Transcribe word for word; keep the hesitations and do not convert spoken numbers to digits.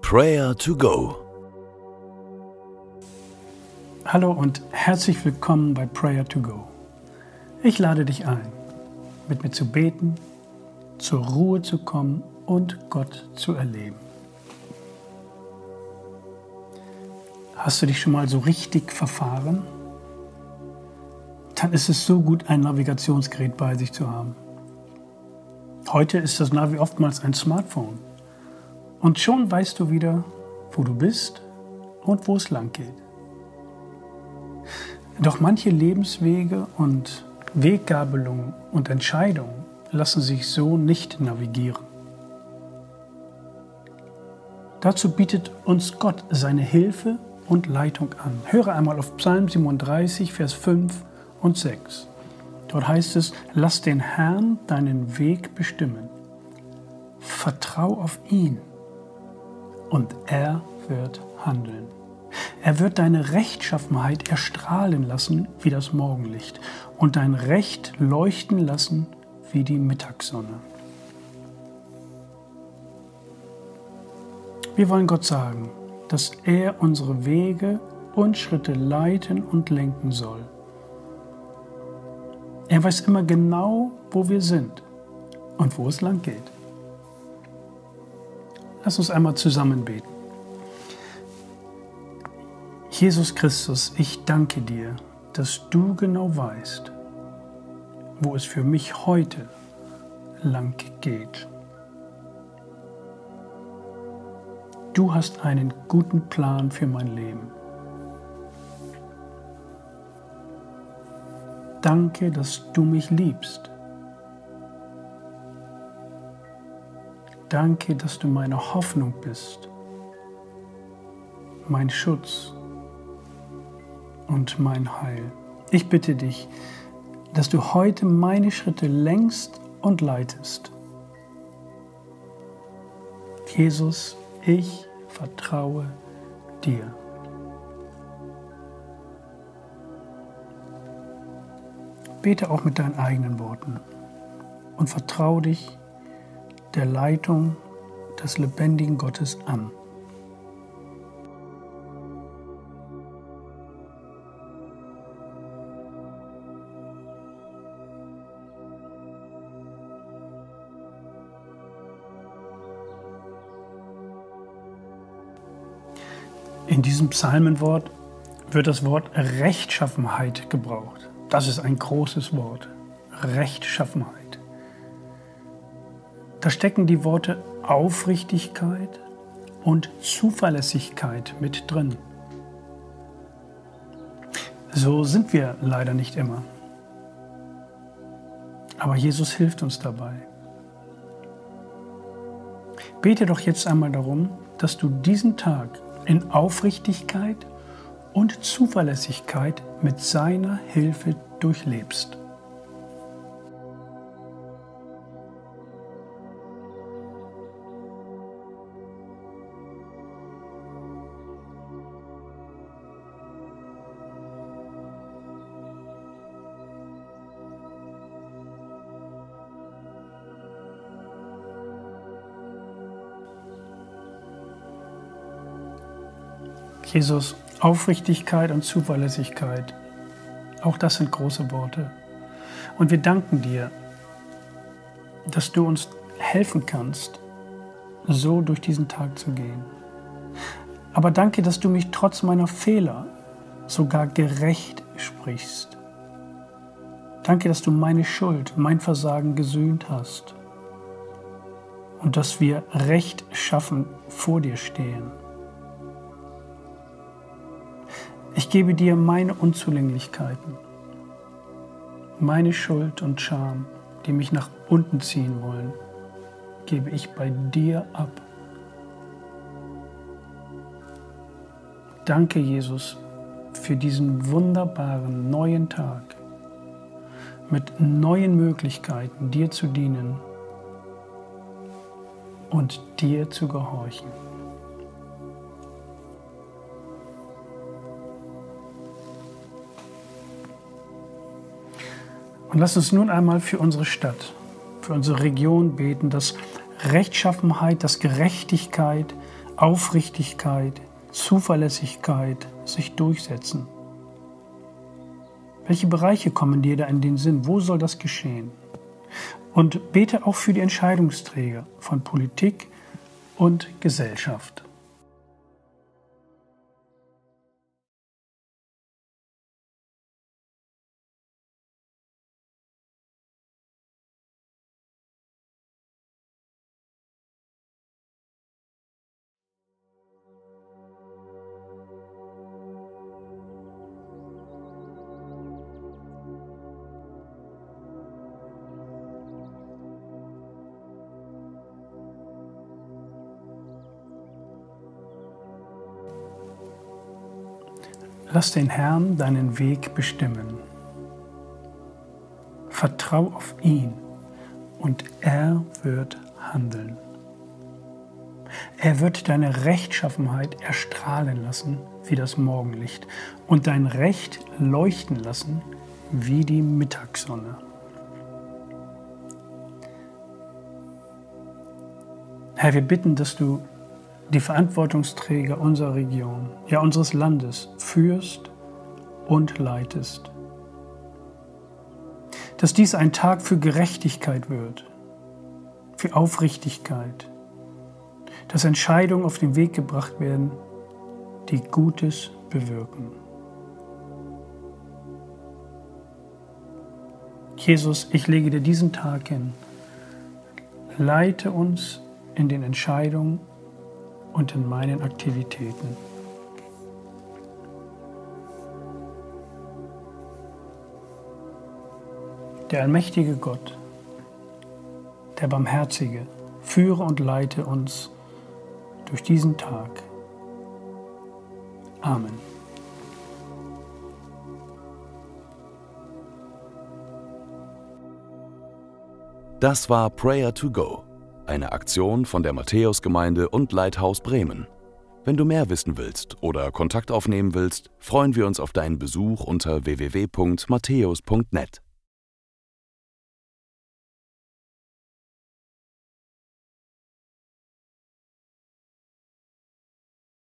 Prayer to Go. Hallo und herzlich willkommen bei Prayer to Go. Ich lade dich ein, mit mir zu beten, zur Ruhe zu kommen und Gott zu erleben. Hast du dich schon mal so richtig verfahren? Dann ist es so gut, ein Navigationsgerät bei sich zu haben. Heute ist das Navi oftmals ein Smartphone. Und schon weißt du wieder, wo du bist und wo es lang geht. Doch manche Lebenswege und Weggabelungen und Entscheidungen lassen sich so nicht navigieren. Dazu bietet uns Gott seine Hilfe und Leitung an. Höre einmal auf Psalm siebenunddreißig, Vers fünf und sechs. Dort heißt es: Lass den Herrn deinen Weg bestimmen. Vertrau auf ihn und er wird handeln. Er wird deine Rechtschaffenheit erstrahlen lassen wie das Morgenlicht und dein Recht leuchten lassen wie die Mittagssonne. Wir wollen Gott sagen, dass er unsere Wege und Schritte leiten und lenken soll. Er weiß immer genau, wo wir sind und wo es lang geht. Lass uns einmal zusammen beten. Jesus Christus, ich danke dir, dass du genau weißt, wo es für mich heute lang geht. Du hast einen guten Plan für mein Leben. Danke, dass du mich liebst. Danke, dass du meine Hoffnung bist, mein Schutz und mein Heil. Ich bitte dich, dass du heute meine Schritte lenkst und leitest. Jesus, ich vertraue dir. Bete auch mit deinen eigenen Worten und vertraue dich der Leitung des lebendigen Gottes an. In diesem Psalmenwort wird das Wort Rechtschaffenheit gebraucht. Das ist ein großes Wort. Rechtschaffenheit. Da stecken die Worte Aufrichtigkeit und Zuverlässigkeit mit drin. So sind wir leider nicht immer. Aber Jesus hilft uns dabei. Bete doch jetzt einmal darum, dass du diesen Tag in Aufrichtigkeit und Zuverlässigkeit mit seiner Hilfe durchlebst. Jesus, Aufrichtigkeit und Zuverlässigkeit, auch das sind große Worte. Und wir danken dir, dass du uns helfen kannst, so durch diesen Tag zu gehen. Aber danke, dass du mich trotz meiner Fehler sogar gerecht sprichst. Danke, dass du meine Schuld, mein Versagen gesühnt hast und dass wir rechtschaffen vor dir stehen. Ich gebe dir meine Unzulänglichkeiten, meine Schuld und Scham, die mich nach unten ziehen wollen, gebe ich bei dir ab. Danke, Jesus, für diesen wunderbaren neuen Tag mit neuen Möglichkeiten, dir zu dienen und dir zu gehorchen. Und lass uns nun einmal für unsere Stadt, für unsere Region beten, dass Rechtschaffenheit, dass Gerechtigkeit Aufrichtigkeit, Zuverlässigkeit sich durchsetzen? Welche Bereiche kommen dir da in den Sinn? Wo soll das geschehen? Und bete auch für die Entscheidungsträger von Politik und Gesellschaft. Lass den Herrn deinen Weg bestimmen. Vertrau auf ihn und er wird handeln. Er wird deine Rechtschaffenheit erstrahlen lassen wie das Morgenlicht und dein Recht leuchten lassen wie die Mittagssonne. Herr, wir bitten, dass du die Verantwortungsträger unserer Region, ja unseres Landes, führst und leitest. Dass dies ein Tag für Gerechtigkeit wird, für Aufrichtigkeit, dass Entscheidungen auf den Weg gebracht werden, die Gutes bewirken. Jesus, ich lege dir diesen Tag hin. Leite uns in den Entscheidungen und in meinen Aktivitäten. Der allmächtige Gott, der Barmherzige, führe und leite uns durch diesen Tag. Amen. Das war Prayer to Go, eine Aktion von der Matthäusgemeinde und Lighthouse Bremen. Wenn du mehr wissen willst oder Kontakt aufnehmen willst, freuen wir uns auf deinen Besuch unter w w w punkt matthäus punkt net.